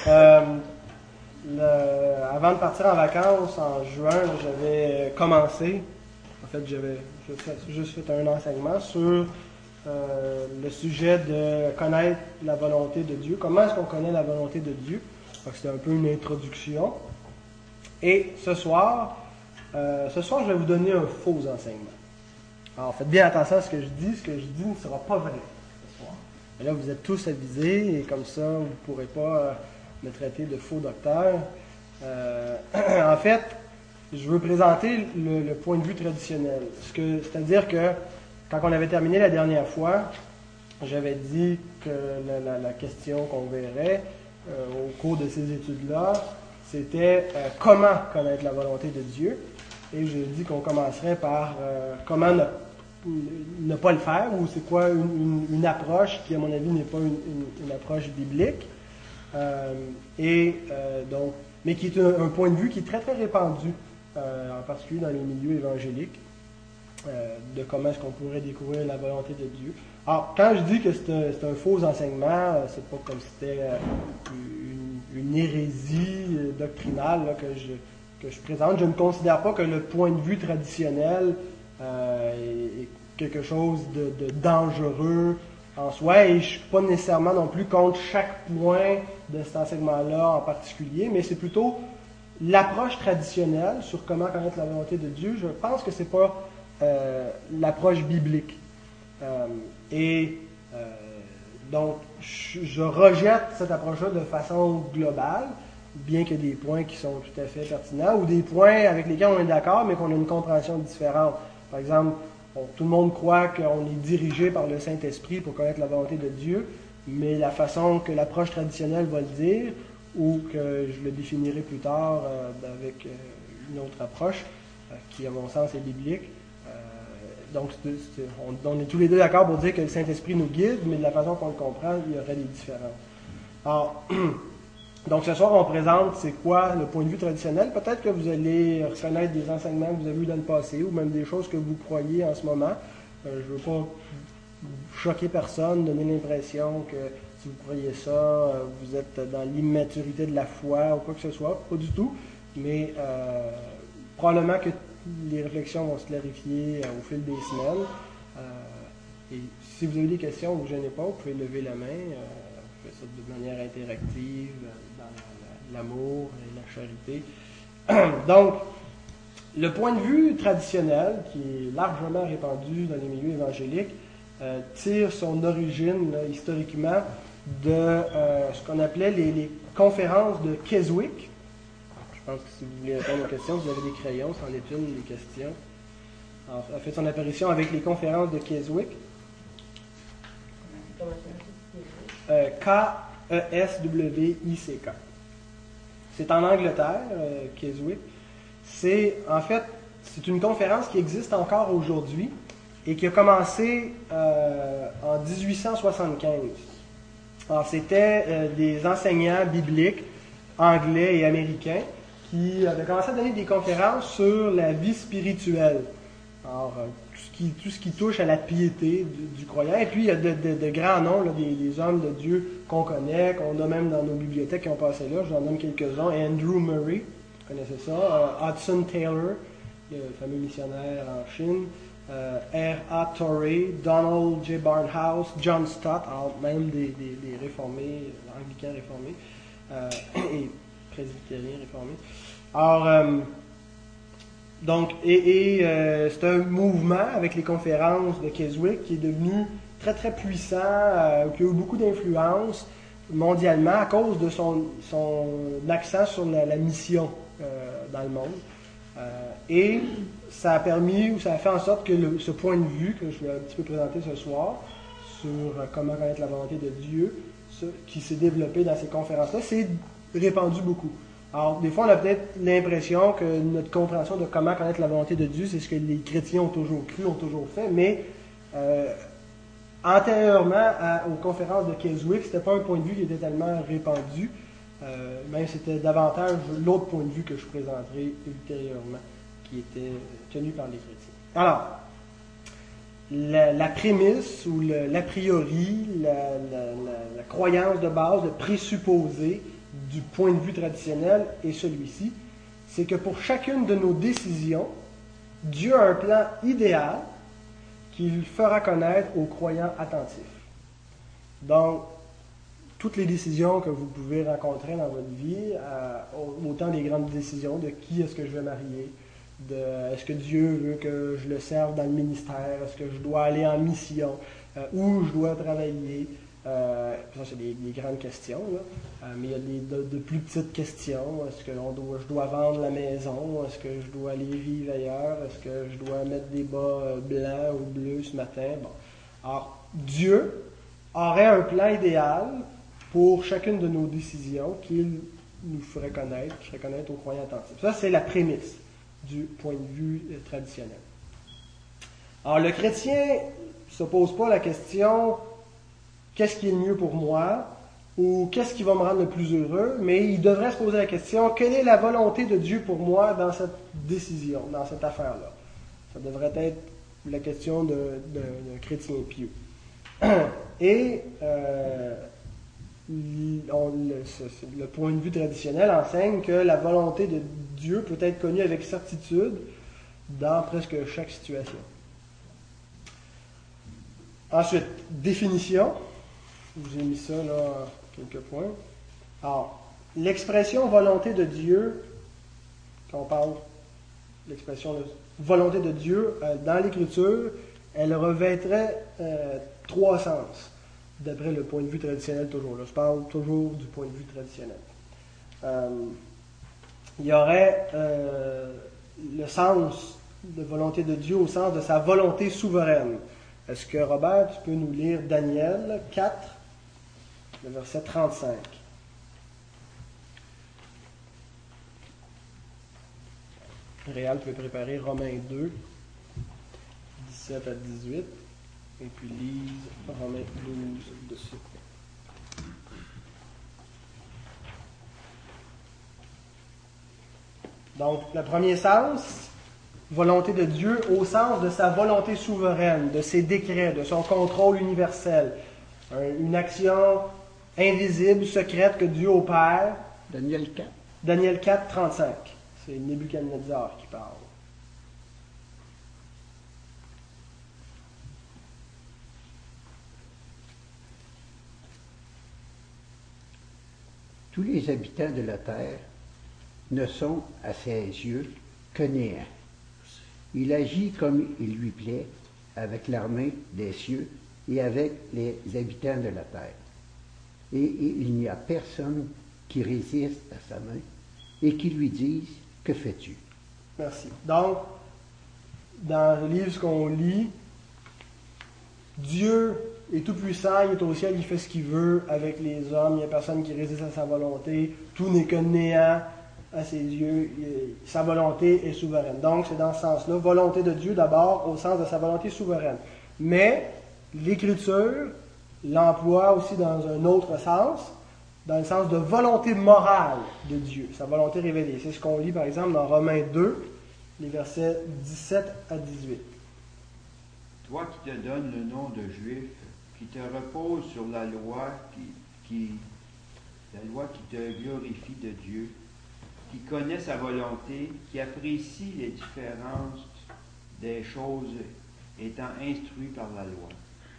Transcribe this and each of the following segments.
Avant de partir en vacances, en juin, j'avais commencé, en fait, j'avais juste fait un enseignement sur le sujet de connaître la volonté de Dieu. Comment est-ce qu'on connaît la volonté de Dieu? Donc, c'était un peu une introduction. Et ce soir, je vais vous donner un faux enseignement. Alors, faites bien attention à ce que je dis. Ce que je dis ne sera pas vrai ce soir. Et là, vous êtes tous avisés et comme ça, vous ne pourrez pas me traiter de faux docteur. En fait, je veux présenter le point de vue traditionnel. C'est-à-dire que quand on avait terminé la dernière fois, j'avais dit que la question qu'on verrait au cours de ces études-là, c'était comment connaître la volonté de Dieu. Et j'ai dit qu'on commencerait par comment ne pas le faire, ou c'est quoi une approche qui, à mon avis, n'est pas une approche biblique. Donc, mais qui est un point de vue qui est très, très répandu, en particulier dans les milieux évangéliques, de comment est-ce qu'on pourrait découvrir la volonté de Dieu. Alors, quand je dis que c'est un faux enseignement, c'est pas comme si c'était une hérésie doctrinale là, que je présente. Je ne considère pas que le point de vue traditionnel est quelque chose de dangereux en soi, et je ne suis pas nécessairement non plus contre chaque point de cet enseignement-là en particulier, mais c'est plutôt l'approche traditionnelle sur comment connaître la volonté de Dieu. Je pense que c'est pas l'approche biblique. Donc, je rejette cette approche-là de façon globale, bien qu'il y ait des points qui sont tout à fait pertinents, ou des points avec lesquels on est d'accord, mais qu'on a une compréhension différente. Par exemple, tout le monde croit qu'on est dirigé par le Saint-Esprit pour connaître la volonté de Dieu, mais la façon que l'approche traditionnelle va le dire, ou que je le définirai plus tard avec une autre approche, qui à mon sens est biblique. Donc on est tous les deux d'accord pour dire que le Saint-Esprit nous guide, mais de la façon qu'on le comprend, il y aurait des différences. Alors, donc ce soir on présente c'est quoi le point de vue traditionnel. Peut-être que vous allez reconnaître des enseignements que vous avez eus dans le passé, ou même des choses que vous croyez en ce moment. Je ne veux pas choquer personne, donner l'impression que si vous croyez ça, vous êtes dans l'immaturité de la foi ou quoi que ce soit. Pas du tout. Mais probablement que les réflexions vont se clarifier au fil des semaines. Et si vous avez des questions, ne vous gênez pas, vous pouvez lever la main. On fait ça de manière interactive, dans l'amour et la charité. Donc, le point de vue traditionnel, qui est largement répandu dans les milieux évangéliques, tire son origine historiquement de ce qu'on appelait les conférences de Keswick. Je pense que si vous voulez répondre aux questions, vous avez des crayons, c'en est une des questions. Alors, elle a fait son apparition avec les conférences de Keswick. K-E-S-W-I-C-K. C'est en Angleterre, Keswick. C'est une conférence qui existe encore aujourd'hui et qui a commencé en 1875. Alors, c'était des enseignants bibliques anglais et américains qui avaient commencé à donner des conférences sur la vie spirituelle. Alors, tout ce qui touche à la piété du croyant. Et puis, il y a de grands noms, là, des hommes de Dieu qu'on connaît, qu'on a même dans nos bibliothèques qui ont passé là. Je vous en nomme quelques-uns. Andrew Murray, vous connaissez ça. Hudson Taylor, le fameux missionnaire en Chine. R.A. Torrey, Donald J. Barnhouse, John Stott, alors même des réformés, anglicans réformés, et presbytériens réformés. Alors, c'est un mouvement avec les conférences de Keswick qui est devenu très très puissant, qui a eu beaucoup d'influence mondialement à cause de son accent sur la mission dans le monde. Et ça a permis, ou ça a fait en sorte que ce point de vue que je vais un petit peu présenter ce soir, sur comment connaître la volonté de Dieu, qui s'est développé dans ces conférences-là, s'est répandu beaucoup. Alors, des fois, on a peut-être l'impression que notre compréhension de comment connaître la volonté de Dieu, c'est ce que les chrétiens ont toujours cru, ont toujours fait, mais antérieurement aux conférences de Keswick, c'était pas un point de vue qui était tellement répandu, mais c'était davantage l'autre point de vue que je présenterai ultérieurement, qui était tenu par les chrétiens. Alors, la prémisse ou l'a priori, la croyance de base, le présupposé du point de vue traditionnel est celui-ci, c'est que pour chacune de nos décisions, Dieu a un plan idéal qu'il fera connaître aux croyants attentifs. Donc, toutes les décisions que vous pouvez rencontrer dans votre vie, autant des grandes décisions de qui est-ce que je vais marier, de est-ce que Dieu veut que je le serve dans le ministère, est-ce que je dois aller en mission, où je dois travailler. Ça, c'est des grandes questions, là. Mais il y a de plus petites questions. Est-ce que je dois vendre la maison? Est-ce que je dois aller vivre ailleurs? Est-ce que je dois mettre des bas blancs ou bleus ce matin? Bon. Alors, Dieu aurait un plan idéal pour chacune de nos décisions qu'il nous ferait connaître, qu'il ferait connaître aux croyants attentifs. Ça, c'est la prémisse du point de vue traditionnel. Alors, le chrétien ne se pose pas la question qu'est-ce qui est le mieux pour moi ou qu'est-ce qui va me rendre le plus heureux, mais il devrait se poser la question quelle est la volonté de Dieu pour moi dans cette décision, dans cette affaire-là. Ça devrait être la question d'un chrétien pieux. Et le point de vue traditionnel enseigne que la volonté de Dieu peut être connue avec certitude dans presque chaque situation. Ensuite, définition. Je vous ai mis ça là, quelques points. Alors, l'expression volonté de Dieu, quand on parle de l'expression de volonté de Dieu dans l'Écriture, elle revêtrait trois sens, d'après le point de vue traditionnel toujours. Là, je parle toujours du point de vue traditionnel. Il y aurait le sens de volonté de Dieu au sens de sa volonté souveraine. Est-ce que, Robert, tu peux nous lire Daniel 4, le verset 35? Réal peut préparer Romains 2, 17 à 18, et puis lise Romains 12 dessus. Donc, le premier sens, volonté de Dieu au sens de sa volonté souveraine, de ses décrets, de son contrôle universel. Une action invisible, secrète que Dieu opère. Daniel 4. Daniel 4, 35. C'est Nebuchadnezzar qui parle. Tous les habitants de la terre ne sont à ses yeux que néant. Il agit comme il lui plaît avec l'armée des cieux et avec les habitants de la terre. Et il n'y a personne qui résiste à sa main et qui lui dise « Que fais-tu » Merci. Donc, dans le livre qu'on lit, Dieu est tout-puissant, il est au ciel, il fait ce qu'il veut avec les hommes, il n'y a personne qui résiste à sa volonté, tout n'est que néant à ses yeux, sa volonté est souveraine. Donc, c'est dans ce sens-là, volonté de Dieu d'abord, au sens de sa volonté souveraine. Mais, l'Écriture l'emploie aussi dans un autre sens, dans le sens de volonté morale de Dieu, sa volonté révélée. C'est ce qu'on lit par exemple dans Romains 2, les versets 17 à 18. Toi qui te donnes le nom de juif, qui te repose sur la loi qui te glorifie de Dieu, qui connaît sa volonté, qui apprécie les différences des choses étant instruit par la loi.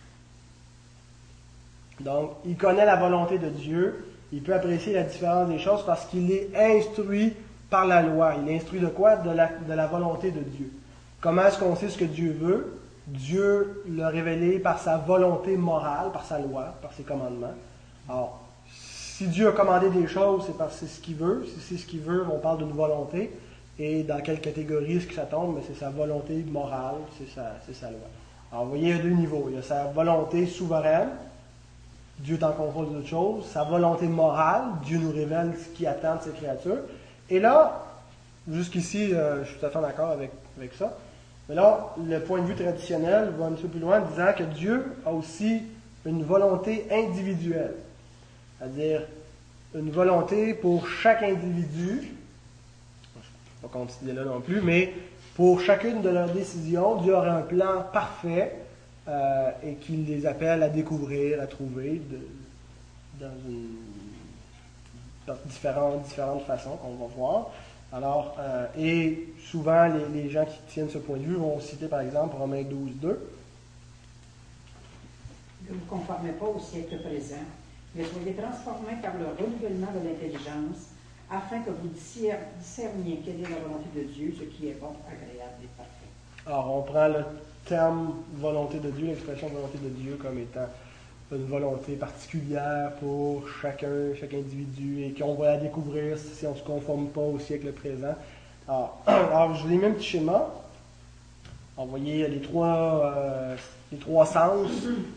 Donc, il connaît la volonté de Dieu, il peut apprécier la différence des choses parce qu'il est instruit par la loi. Il est instruit de quoi? De la volonté de Dieu. Comment est-ce qu'on sait ce que Dieu veut? Dieu l'a révélé par sa volonté morale, par sa loi, par ses commandements. Alors, si Dieu a commandé des choses, c'est parce que c'est ce qu'il veut. Si c'est ce qu'il veut, on parle d'une volonté. Et dans quelle catégorie est-ce que ça tombe? Mais c'est sa volonté morale, c'est sa loi. Alors, vous voyez, il y a deux niveaux. Il y a sa volonté souveraine, Dieu est en contrôle de d'autres choses. Sa volonté morale, Dieu nous révèle ce qu'il attend de ses créatures. Et là, jusqu'ici, je suis tout à fait d'accord avec ça. Mais là, le point de vue traditionnel va un petit peu plus loin en disant que Dieu a aussi une volonté individuelle. C'est-à-dire une volonté pour chaque individu. Je ne vais pas continuer là non plus, mais pour chacune de leurs décisions, Dieu aurait un plan parfait et qu'il les appelle à découvrir, à trouver différentes façons qu'on va voir. Alors, et souvent, les gens qui tiennent ce point de vue vont citer par exemple Romains 12:2. Ne vous conformez pas au siècle présent, mais soyez transformés par le renouvellement de l'intelligence, afin que vous discerniez quelle est la volonté de Dieu, ce qui est bon, agréable et parfait. Alors, on prend le terme volonté de Dieu, l'expression volonté de Dieu comme étant une volonté particulière pour chaque individu et qu'on va la découvrir si on ne se conforme pas au siècle présent. Alors je vous ai mis un petit schéma. Vous voyez les trois sens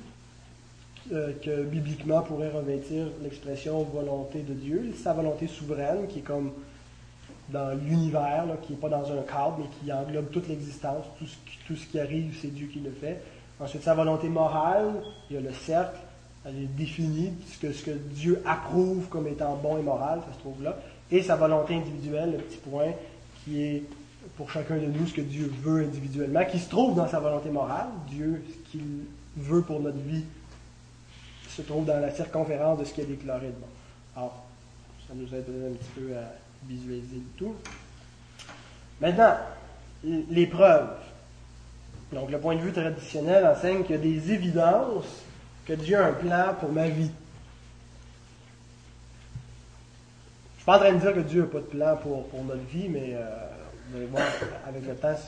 que bibliquement pourrait revêtir l'expression volonté de Dieu. Sa volonté souveraine qui est comme dans l'univers, là, qui n'est pas dans un cadre, mais qui englobe toute l'existence, tout ce qui arrive, c'est Dieu qui le fait. Ensuite, sa volonté morale, il y a le cercle, elle est définie, ce que Dieu approuve comme étant bon et moral, ça se trouve là. Et sa volonté individuelle, le petit point, qui est pour chacun de nous ce que Dieu veut individuellement, qui se trouve dans sa volonté morale. Dieu, ce qu'il veut pour notre vie, se trouve dans la circonférence de ce qu'il a déclaré de bon. Alors, ça nous aide un petit peu à visualiser le tout. Maintenant, les preuves. Donc, le point de vue traditionnel enseigne qu'il y a des évidences que Dieu a un plan pour ma vie. Je ne suis pas en train de dire que Dieu n'a pas de plan pour notre vie, mais vous allez voir avec le temps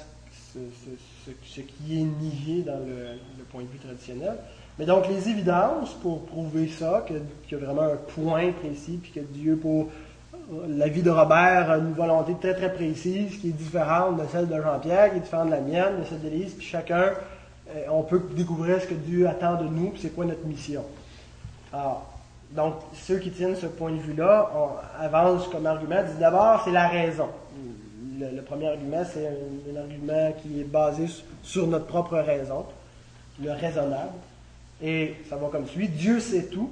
ce qui est nié dans le point de vue traditionnel. Mais donc, les évidences pour prouver ça, qu'il y a vraiment un point précis, puis que Dieu, pour la vie de Robert, a une volonté très très précise qui est différente de celle de Jean-Pierre, qui est différente de la mienne, de celle d'Élise, puis chacun, on peut découvrir ce que Dieu attend de nous, puis c'est quoi notre mission. Alors, donc, ceux qui tiennent ce point de vue-là avancent comme argument, disent d'abord, c'est la raison. Le premier argument, c'est un argument qui est basé sur notre propre raison, le raisonnable. Et ça va comme suit. Dieu sait tout.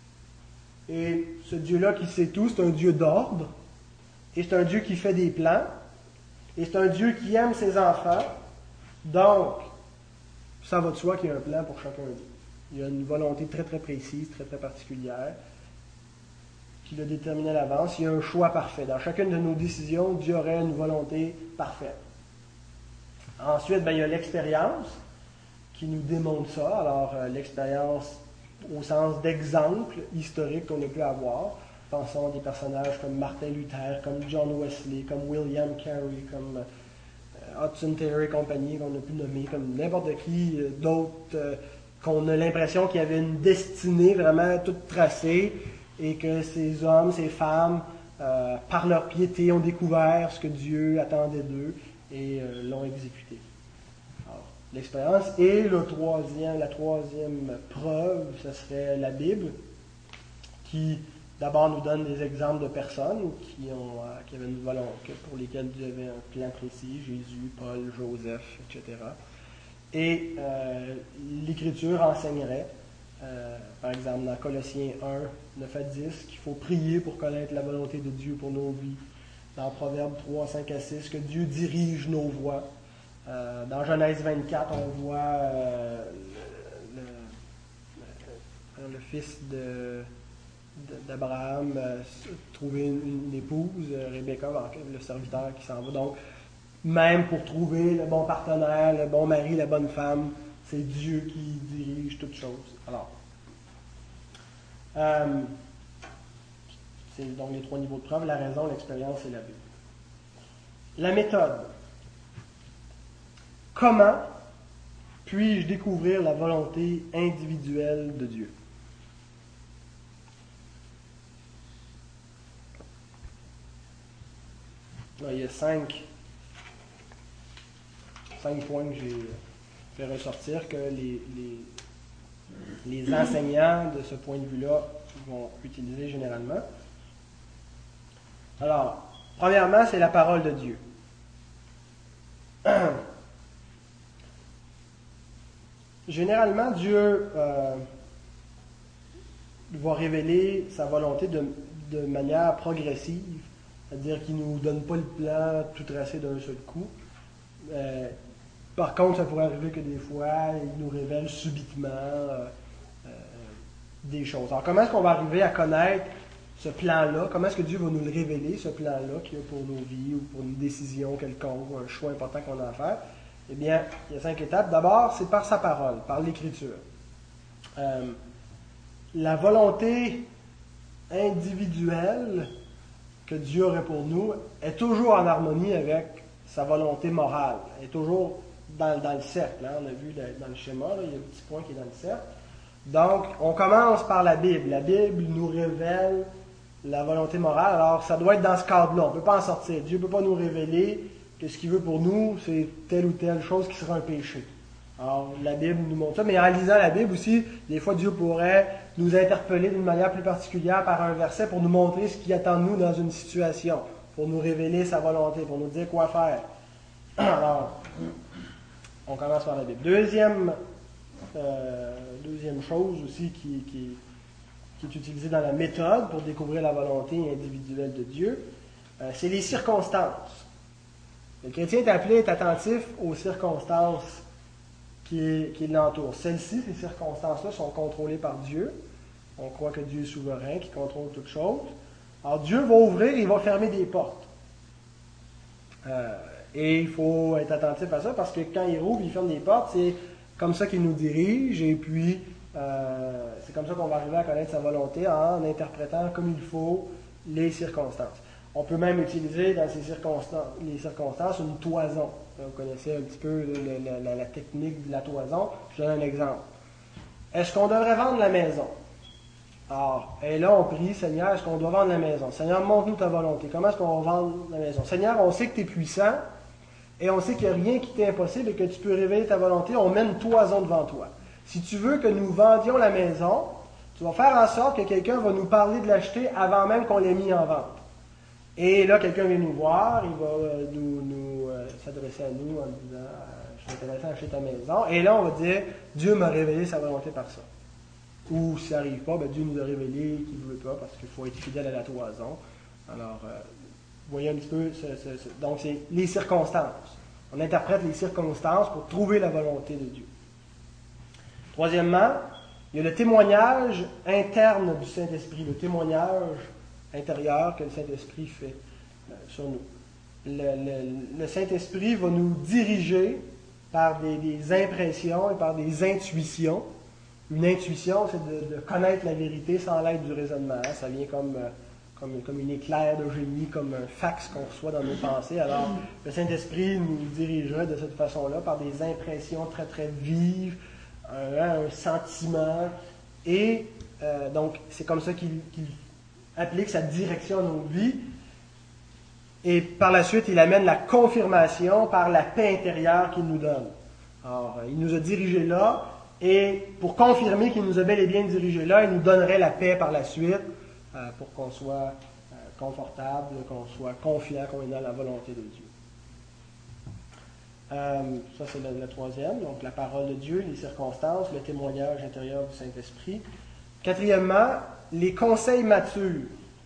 Et ce Dieu-là qui sait tout, c'est un Dieu d'ordre. Et c'est un Dieu qui fait des plans. Et c'est un Dieu qui aime ses enfants. Donc, ça va de soi qu'il y a un plan pour chacun d'eux. Il y a une volonté très très précise, très très particulière, qu'il a déterminée à l'avance. Il y a un choix parfait. Dans chacune de nos décisions, Dieu aurait une volonté parfaite. Ensuite, il y a l'expérience qui nous démontre ça. Alors, l'expérience au sens d'exemple historique qu'on a pu avoir. Pensons à des personnages comme Martin Luther, comme John Wesley, comme William Carey, comme Hudson Taylor et compagnie, qu'on a pu nommer, comme n'importe qui d'autres, qu'on a l'impression qu'il y avait une destinée vraiment toute tracée et que ces hommes, ces femmes, par leur piété, ont découvert ce que Dieu attendait d'eux et l'ont exécuté. L'expérience. Et la troisième preuve, ce serait la Bible, qui d'abord nous donne des exemples de personnes qui avaient une volonté, pour lesquelles Dieu avait un plan précis, Jésus, Paul, Joseph, etc. Et l'Écriture enseignerait, par exemple dans Colossiens 1, 9 à 10, qu'il faut prier pour connaître la volonté de Dieu pour nos vies. Dans Proverbes 3, 5 à 6, que Dieu dirige nos voies. Dans Genèse 24, on voit le fils d'Abraham trouver une épouse, Rebecca, le serviteur qui s'en va. Donc, même pour trouver le bon partenaire, le bon mari, la bonne femme, c'est Dieu qui dirige toutes choses. Alors, c'est donc les trois niveaux de preuve, la raison, l'expérience et la Bible. La méthode. Comment puis-je découvrir la volonté individuelle de Dieu? Là, il y a cinq points que j'ai fait ressortir que les enseignants de ce point de vue-là vont utiliser généralement. Alors, premièrement, c'est la parole de Dieu. Généralement, Dieu va révéler sa volonté de manière progressive, c'est-à-dire qu'il ne nous donne pas le plan tout tracé d'un seul coup. Par contre, ça pourrait arriver que des fois, il nous révèle subitement des choses. Alors, comment est-ce qu'on va arriver à connaître ce plan-là, comment est-ce que Dieu va nous le révéler, ce plan-là qu'il y a pour nos vies ou pour une décision quelconque ou un choix important qu'on a à faire. Eh bien, il y a 5 étapes. D'abord, c'est par sa parole, par l'Écriture. La volonté individuelle que Dieu aurait pour nous est toujours en harmonie avec sa volonté morale. Elle est toujours dans le cercle. Hein. On a vu dans le schéma, là, il y a un petit point qui est dans le cercle. Donc, on commence par la Bible. La Bible nous révèle la volonté morale. Alors, ça doit être dans ce cadre-là. On ne peut pas en sortir. Dieu ne peut pas nous révéler que ce qu'il veut pour nous, c'est telle ou telle chose qui sera un péché. Alors, la Bible nous montre ça. Mais en lisant la Bible aussi, des fois, Dieu pourrait nous interpeller d'une manière plus particulière par un verset pour nous montrer ce qui attend de nous dans une situation, pour nous révéler sa volonté, pour nous dire quoi faire. Alors, on commence par la Bible. Deuxième chose aussi qui est utilisée dans la méthode pour découvrir la volonté individuelle de Dieu, c'est les circonstances. Le chrétien est appelé à être attentif aux circonstances qui l'entourent. Celles-ci, ces circonstances-là, sont contrôlées par Dieu. On croit que Dieu est souverain, qui contrôle toutes choses. Alors Dieu va ouvrir et il va fermer des portes. Et il faut être attentif à ça parce que quand il rouvre, il ferme des portes, c'est comme ça qu'il nous dirige et puis c'est comme ça qu'on va arriver à connaître sa volonté en interprétant comme il faut les circonstances. On peut même utiliser dans les circonstances une toison. Vous connaissez un petit peu la technique de la toison. Je donne un exemple. Est-ce qu'on devrait vendre la maison? Alors, et là, on prie, Seigneur, est-ce qu'on doit vendre la maison? Seigneur, montre-nous ta volonté. Comment est-ce qu'on va vendre la maison? Seigneur, on sait que tu es puissant et on sait qu'il n'y a rien qui t'est impossible et que tu peux révéler ta volonté. On met une toison devant toi. Si tu veux que nous vendions la maison, tu vas faire en sorte que quelqu'un va nous parler de l'acheter avant même qu'on l'ait mis en vente. Et là, quelqu'un vient nous voir, il va nous s'adresser à nous en disant « Je suis intéressé à acheter ta maison ». Et là, on va dire « Dieu m'a révélé sa volonté par ça ». Ou si ça n'arrive pas, ben Dieu nous a révélé qu'il ne veut pas parce qu'il faut être fidèle à la toison. Alors, vous voyez un petit peu, donc c'est les circonstances. On interprète les circonstances pour trouver la volonté de Dieu. Troisièmement, il y a le témoignage interne du Saint-Esprit, le témoignage intérieur que le Saint-Esprit fait sur nous. Le Saint-Esprit va nous diriger par des impressions et par des intuitions. Une intuition, c'est de connaître la vérité sans l'aide du raisonnement. Ça vient comme une éclair de génie, comme un fax qu'on reçoit dans nos pensées. Alors, le Saint-Esprit nous dirigerait de cette façon-là par des impressions très, très vives, un sentiment. Et donc, c'est comme ça qu'il applique sa direction à nos vies. Et par la suite, il amène la confirmation par la paix intérieure qu'il nous donne. Alors, il nous a dirigés là, et pour confirmer qu'il nous a bel et bien dirigés là, il nous donnerait la paix par la suite, pour qu'on soit confortable, qu'on soit confiant qu'on est dans la volonté de Dieu. Ça, c'est le troisième. Donc, la parole de Dieu, les circonstances, le témoignage intérieur du Saint-Esprit. Quatrièmement, les conseils matures.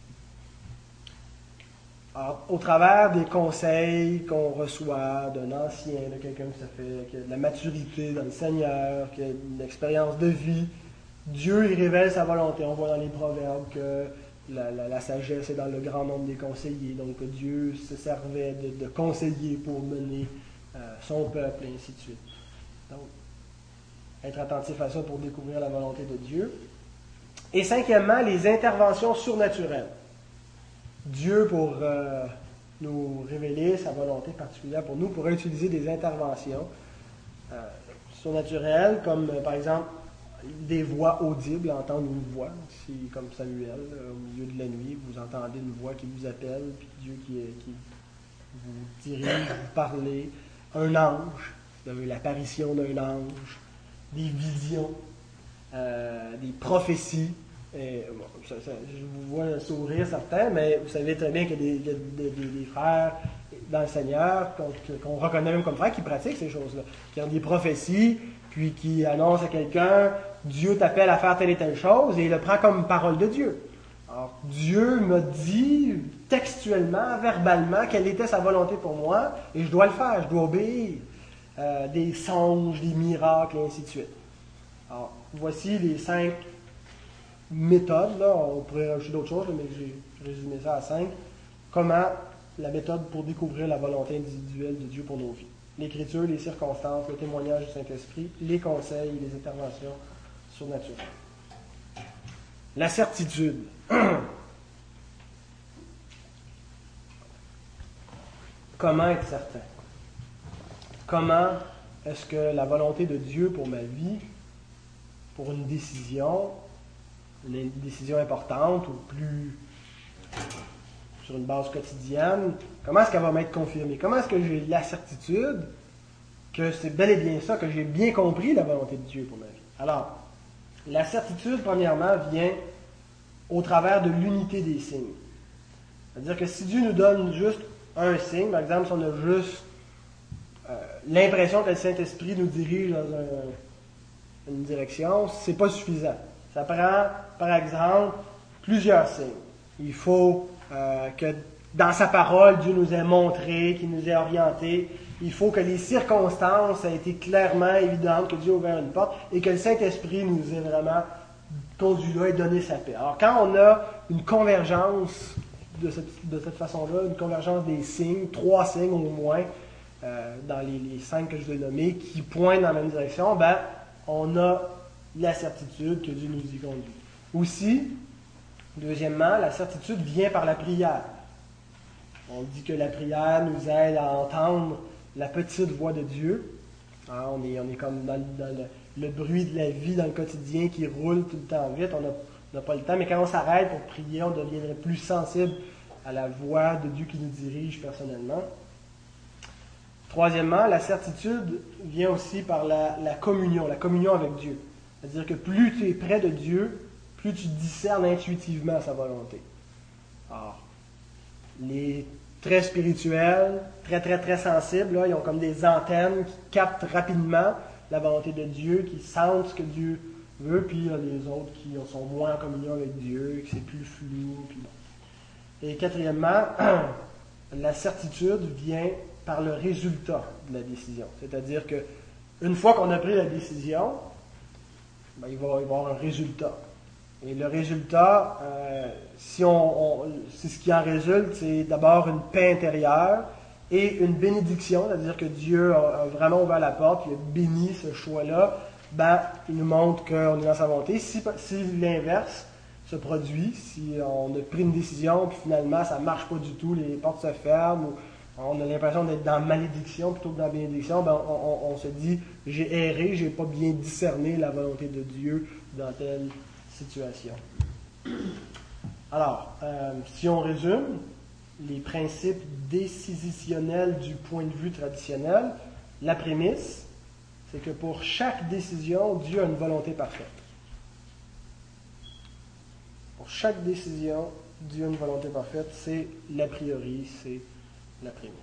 Alors, au travers des conseils qu'on reçoit d'un ancien, de quelqu'un qui a de la maturité dans le Seigneur, qui a une expérience de vie, Dieu, il révèle sa volonté. On voit dans les Proverbes que la sagesse est dans le grand nombre des conseillers. Donc, Dieu se servait de conseillers pour mener son peuple, et ainsi de suite. Donc, être attentif à ça pour découvrir la volonté de Dieu. Et cinquièmement, les interventions surnaturelles. Dieu, pour nous révéler sa volonté particulière pour nous, pourrait utiliser des interventions surnaturelles, comme par exemple des voix audibles, entendre une voix, si, comme Samuel, au milieu de la nuit, vous entendez une voix qui vous appelle, puis Dieu qui vous dirige, vous parlez, un ange, vous avez l'apparition d'un ange, des visions, des prophéties. Et, bon, je vous vois sourire certains, mais vous savez très bien qu'il y a des frères dans le Seigneur qu'on reconnaît même comme frères qui pratiquent ces choses-là, qui ont des prophéties, puis qui annoncent à quelqu'un « Dieu t'appelle à faire telle et telle chose » et il le prend comme parole de Dieu. Alors, Dieu m'a dit textuellement, verbalement, quelle était sa volonté pour moi, et je dois le faire, je dois obéir. Des songes, des miracles, et ainsi de suite. Alors, voici les 5 méthodes, là, on pourrait rajouter d'autres choses, là, mais j'ai résumé ça à 5. Comment la méthode pour découvrir la volonté individuelle de Dieu pour nos vies. L'Écriture, les circonstances, le témoignage du Saint-Esprit, les conseils et les interventions surnaturelles. La certitude. Comment être certain? Comment est-ce que la volonté de Dieu pour ma vie, pour une décision importante ou plus sur une base quotidienne, comment est-ce qu'elle va m'être confirmée? Comment est-ce que j'ai la certitude que c'est bel et bien ça, que j'ai bien compris la volonté de Dieu pour ma vie? Alors, la certitude, premièrement, vient au travers de l'unité des signes. C'est-à-dire que si Dieu nous donne juste un signe, par exemple, si on a juste l'impression que le Saint-Esprit nous dirige dans une direction, c'est pas suffisant. Ça prend, par exemple, plusieurs signes. Il faut que dans sa parole, Dieu nous ait montré, qu'il nous ait orienté. Il faut que les circonstances aient été clairement évidentes, que Dieu a ouvert une porte et que le Saint-Esprit nous ait vraiment conduit là et donné sa paix. Alors, quand on a une convergence de cette façon-là, une convergence des signes, 3 signes au moins, dans les 5 que je vais nommer, qui pointent dans la même direction, ben, on a la certitude que Dieu nous y conduit. Aussi, deuxièmement, la certitude vient par la prière. On dit que la prière nous aide à entendre la petite voix de Dieu. Hein, on est comme dans le bruit de la vie dans le quotidien qui roule tout le temps vite. On n'a pas le temps, mais quand on s'arrête pour prier, on deviendrait plus sensible à la voix de Dieu qui nous dirige personnellement. Troisièmement, la certitude vient aussi par la communion avec Dieu. C'est-à-dire que plus tu es près de Dieu, plus tu discernes intuitivement sa volonté. Alors, les très spirituels, très, très, très sensibles, là, ils ont comme des antennes qui captent rapidement la volonté de Dieu, qui sentent ce que Dieu veut, puis il y a les autres qui sont moins en communion avec Dieu, que c'est plus flou, puis bon. Et quatrièmement, la certitude vient par le résultat de la décision. C'est-à-dire que une fois qu'on a pris la décision, ben, il va y avoir un résultat. Et le résultat, si ce qui en résulte, c'est d'abord une paix intérieure et une bénédiction, c'est-à-dire que Dieu a vraiment ouvert la porte, il a béni ce choix-là, ben, il nous montre qu'on est dans sa volonté. Si l'inverse se produit, si on a pris une décision, puis finalement ça ne marche pas du tout, les portes se ferment, ou on a l'impression d'être dans la malédiction plutôt que dans la bénédiction, ben, on se dit, j'ai erré, j'ai pas bien discerné la volonté de Dieu dans telle situation. Alors, si on résume, les principes décisionnels du point de vue traditionnel, la prémisse, c'est que pour chaque décision, Dieu a une volonté parfaite. Pour chaque décision, Dieu a une volonté parfaite, c'est l'a priori, c'est la prémisse.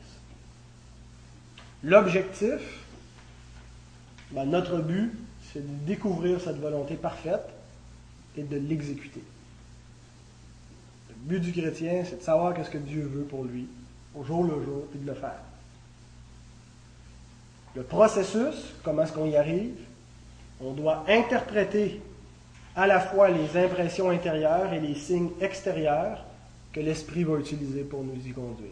L'objectif, ben, notre but, c'est de découvrir cette volonté parfaite et de l'exécuter. Le but du chrétien, c'est de savoir qu'est-ce que Dieu veut pour lui, au jour le jour, et de le faire. Le processus, comment est-ce qu'on y arrive? On doit interpréter à la fois les impressions intérieures et les signes extérieurs que l'Esprit va utiliser pour nous y conduire.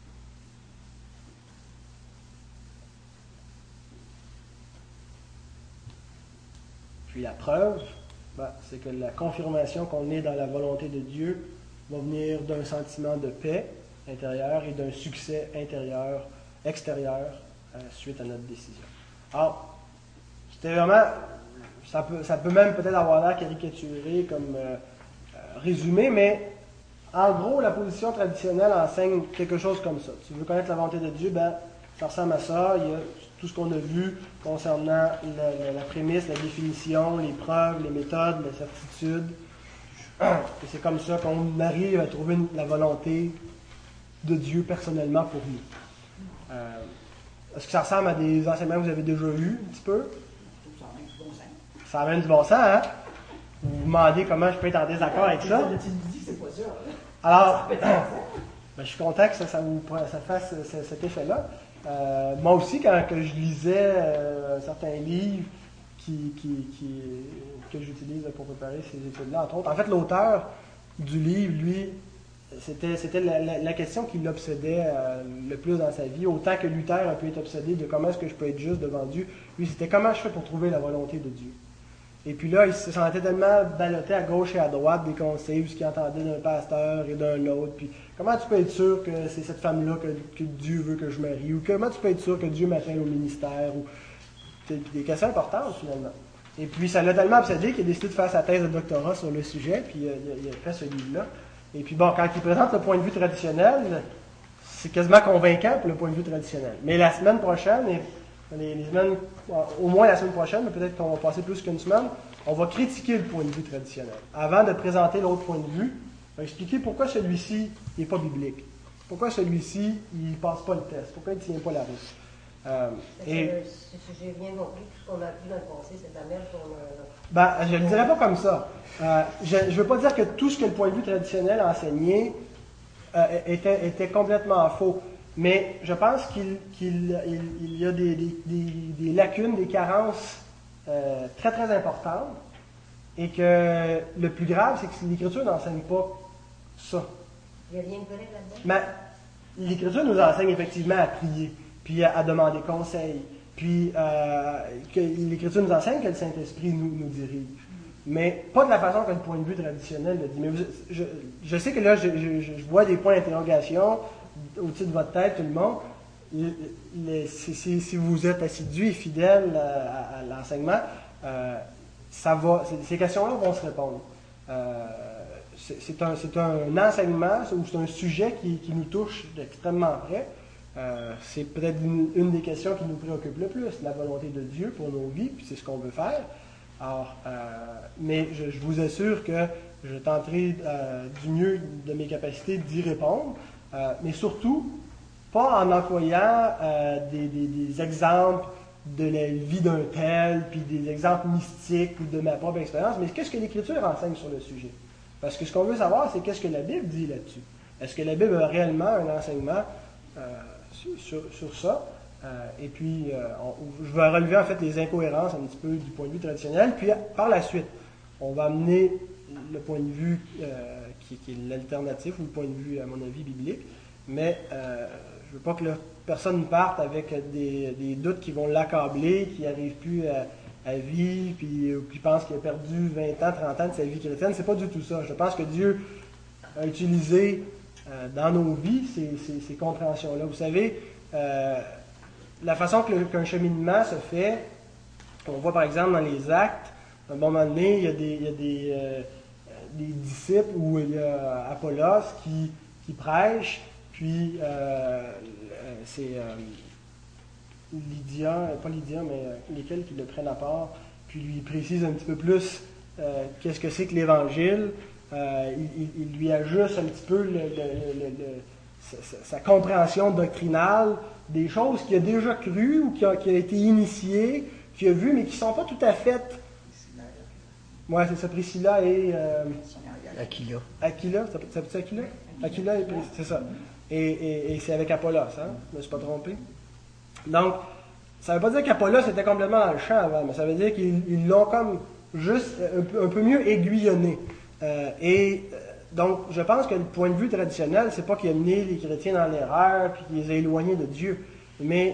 Puis la preuve, c'est que la confirmation qu'on est dans la volonté de Dieu va venir d'un sentiment de paix intérieure et d'un succès extérieur suite à notre décision. Alors, c'était vraiment, ça peut même peut-être avoir l'air caricaturé comme résumé, mais en gros, la position traditionnelle enseigne quelque chose comme ça. Tu veux connaître la volonté de Dieu, ben, ça ressemble à ça. Il y a tout ce qu'on a vu concernant la prémisse, la définition, les preuves, les méthodes, la certitude. Et c'est comme ça qu'on arrive à trouver la volonté de Dieu personnellement pour nous. Est-ce que ça ressemble à des enseignements que vous avez déjà eus un petit peu? Ça amène du bon sens, hein? Vous vous demandez comment je peux être en désaccord avec ça? Alors, je suis content que ça fasse cet effet-là. Moi aussi, quand je lisais certains livres que j'utilise pour préparer ces études-là, entre autres. En fait, l'auteur du livre, lui, c'était la question qui l'obsédait le plus dans sa vie, autant que Luther a pu être obsédé de comment est-ce que je peux être juste devant Dieu. Lui, c'était comment je fais pour trouver la volonté de Dieu. Et puis là, il se sentait tellement ballotté à gauche et à droite des conseils, ce qu'il entendait d'un pasteur et d'un autre. Puis comment tu peux être sûr que c'est cette femme-là que Dieu veut que je marie? Ou comment tu peux être sûr que Dieu m'appelle au ministère? Ou des questions importantes, finalement. Et puis, ça l'a tellement obsédé qu'il a décidé de faire sa thèse de doctorat sur le sujet, puis il a fait ce livre-là. Et puis, bon, quand il présente le point de vue traditionnel, c'est quasiment convaincant pour le point de vue traditionnel. Mais la semaine prochaine, les semaines, au moins la semaine prochaine, mais peut-être qu'on va passer plus qu'une semaine, on va critiquer le point de vue traditionnel. Avant de présenter l'autre point de vue, on va expliquer pourquoi celui-ci n'est pas biblique. Pourquoi celui-ci, il ne passe pas le test. Pourquoi il ne tient pas la route. Si j'ai bien compris, tout ce qu'on a appris dans le passé, c'est de la merde qu'on a. Ben, je ne le dirais pas comme ça. Je ne veux pas dire que tout ce que le point de vue traditionnel enseignait était complètement faux. Mais je pense qu'il y a des lacunes, des carences très très importantes. Et que le plus grave, c'est que l'Écriture n'enseigne pas ça. Il n'y a rien de vrai là-dedans? Mais l'Écriture nous enseigne effectivement à prier, puis à demander conseil, puis que l'Écriture nous enseigne que le Saint-Esprit nous dirige. Mais pas de la façon que le point de vue traditionnel le dit. Mais je sais que là, je vois des points d'interrogation au-dessus de votre tête, tout le monde. Si vous êtes assidu et fidèle à l'enseignement, ces questions-là vont se répondre. C'est un enseignement ou c'est un sujet qui nous touche d'extrêmement près. C'est peut-être une des questions qui nous préoccupe le plus, la volonté de Dieu pour nos vies, puis c'est ce qu'on veut faire. Alors, mais je vous assure que je tenterai du mieux de mes capacités d'y répondre, mais surtout pas en employant des exemples de la vie d'un tel, puis des exemples mystiques ou de ma propre expérience, mais qu'est-ce que l'Écriture enseigne sur le sujet? Parce que ce qu'on veut savoir, c'est qu'est-ce que la Bible dit là-dessus. Est-ce que la Bible a réellement un enseignement sur ça? Et puis, je vais relever en fait les incohérences un petit peu du point de vue traditionnel, puis par la suite, on va amener le point de vue qui est l'alternatif, ou le point de vue, à mon avis, biblique, mais je ne veux pas que personne parte avec des doutes qui vont l'accabler, qui n'arrive plus à vivre, puis qui pense qu'il a perdu 20 ans, 30 ans de sa vie chrétienne. C'est pas du tout ça. Je pense que Dieu a utilisé dans nos vies ces compréhensions-là. Vous savez, la façon qu'un cheminement se fait, on voit par exemple dans les Actes, à un moment donné, il y a des disciples où il y a Apollos qui prêche, puis c'est Lydia, pas Lydia, mais lesquels qui le prennent à part, puis lui précise un petit peu plus qu'est-ce que c'est que l'Évangile. Il lui ajuste un petit peu sa compréhension doctrinale des choses qu'il a déjà crues ou qui a été initié, qu'il a vu, mais qui ne sont pas tout à fait. Ouais, c'est ça, Priscilla et. Aquila. Aquila, ça peut-être Aquila? Aquila et Priscilla, c'est ça. Et c'est avec Apollos, hein? Je ne me suis pas trompé. Donc, ça ne veut pas dire qu'Apollos était complètement dans le champ avant, mais ça veut dire qu'ils l'ont comme juste un peu mieux aiguillonné. Donc, je pense que le point de vue traditionnel, c'est pas qu'il a mené les chrétiens dans l'erreur puis qu'il les a éloignés de Dieu. Mais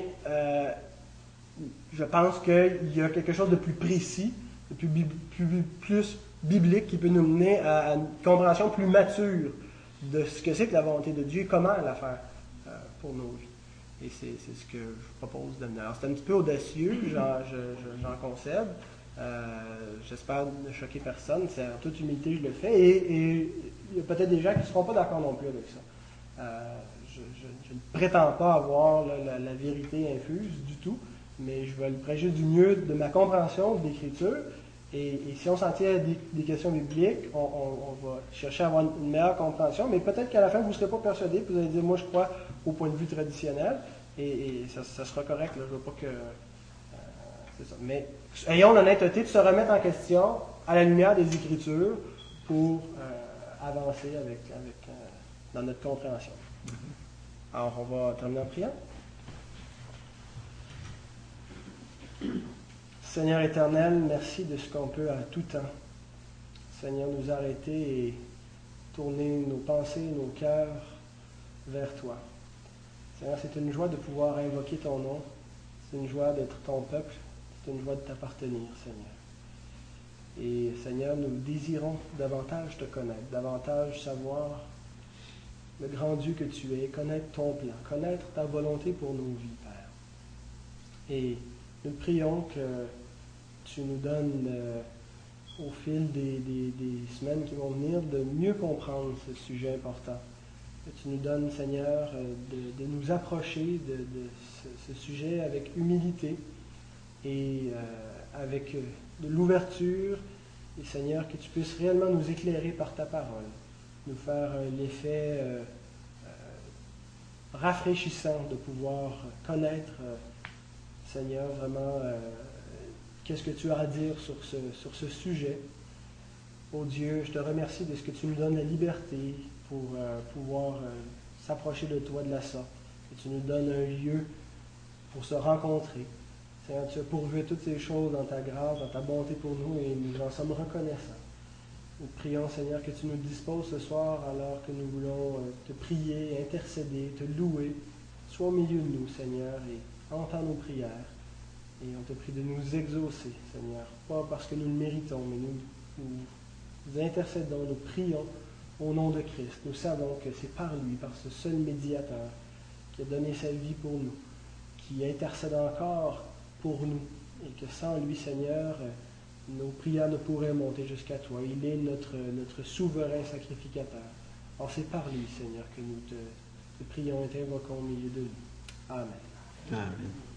je pense qu'il y a quelque chose de plus précis, de plus biblique qui peut nous mener à une compréhension plus mature de ce que c'est que la volonté de Dieu et comment la faire pour nos vies. Et c'est ce que je propose d'amener. Alors, c'est un petit peu audacieux, j'en concède. J'espère ne choquer personne. C'est en toute humilité je le fais. Et il y a peut-être des gens qui ne seront pas d'accord non plus avec ça. Je ne prétends pas avoir la vérité infuse du tout, mais je vais le prêcher du mieux de ma compréhension de l'Écriture. Et si on s'en tient à des questions bibliques, on va chercher à avoir une meilleure compréhension, mais peut-être qu'à la fin, vous ne serez pas persuadé, puis vous allez dire, moi, je crois au point de vue traditionnel, et ça sera correct, là, je ne veux pas que... c'est ça. Mais ayons l'honnêteté de se remettre en question à la lumière des Écritures pour avancer dans notre compréhension. Alors, on va terminer en priant. Seigneur éternel, merci de ce qu'on peut à tout temps, Seigneur, nous arrêter et tourner nos pensées, nos cœurs vers toi. Seigneur, c'est une joie de pouvoir invoquer ton nom, c'est une joie d'être ton peuple, c'est une joie de t'appartenir, Seigneur. Et Seigneur, nous désirons davantage te connaître, davantage savoir le grand Dieu que tu es, connaître ton plan, connaître ta volonté pour nos vies, Père. Et nous prions que tu nous donnes, au fil des semaines qui vont venir, de mieux comprendre ce sujet important. Que tu nous donnes, Seigneur, de nous approcher de ce sujet avec humilité et avec de l'ouverture. Et Seigneur, que tu puisses réellement nous éclairer par ta parole, nous faire un effet rafraîchissant de pouvoir connaître, Seigneur, vraiment qu'est-ce que tu as à dire sur ce sujet. Oh Dieu, je te remercie de ce que tu nous donnes la liberté pour pouvoir s'approcher de toi de la sorte. Que tu nous donnes un lieu pour se rencontrer. Seigneur, tu as pourvu toutes ces choses dans ta grâce, dans ta bonté pour nous, et nous en sommes reconnaissants. Nous prions, Seigneur, que tu nous disposes ce soir alors que nous voulons te prier, intercéder, te louer. Sois au milieu de nous, Seigneur, et entends nos prières. Et on te prie de nous exaucer, Seigneur, pas parce que nous le méritons, mais nous intercédons, nous prions au nom de Christ. Nous savons que c'est par lui, par ce seul médiateur qui a donné sa vie pour nous, qui intercède encore pour nous, et que sans lui, Seigneur, nos prières ne pourraient monter jusqu'à toi. Il est notre souverain sacrificateur. Or, c'est par lui, Seigneur, que nous te prions et t'invoquons au milieu de nous. Amen. Amen.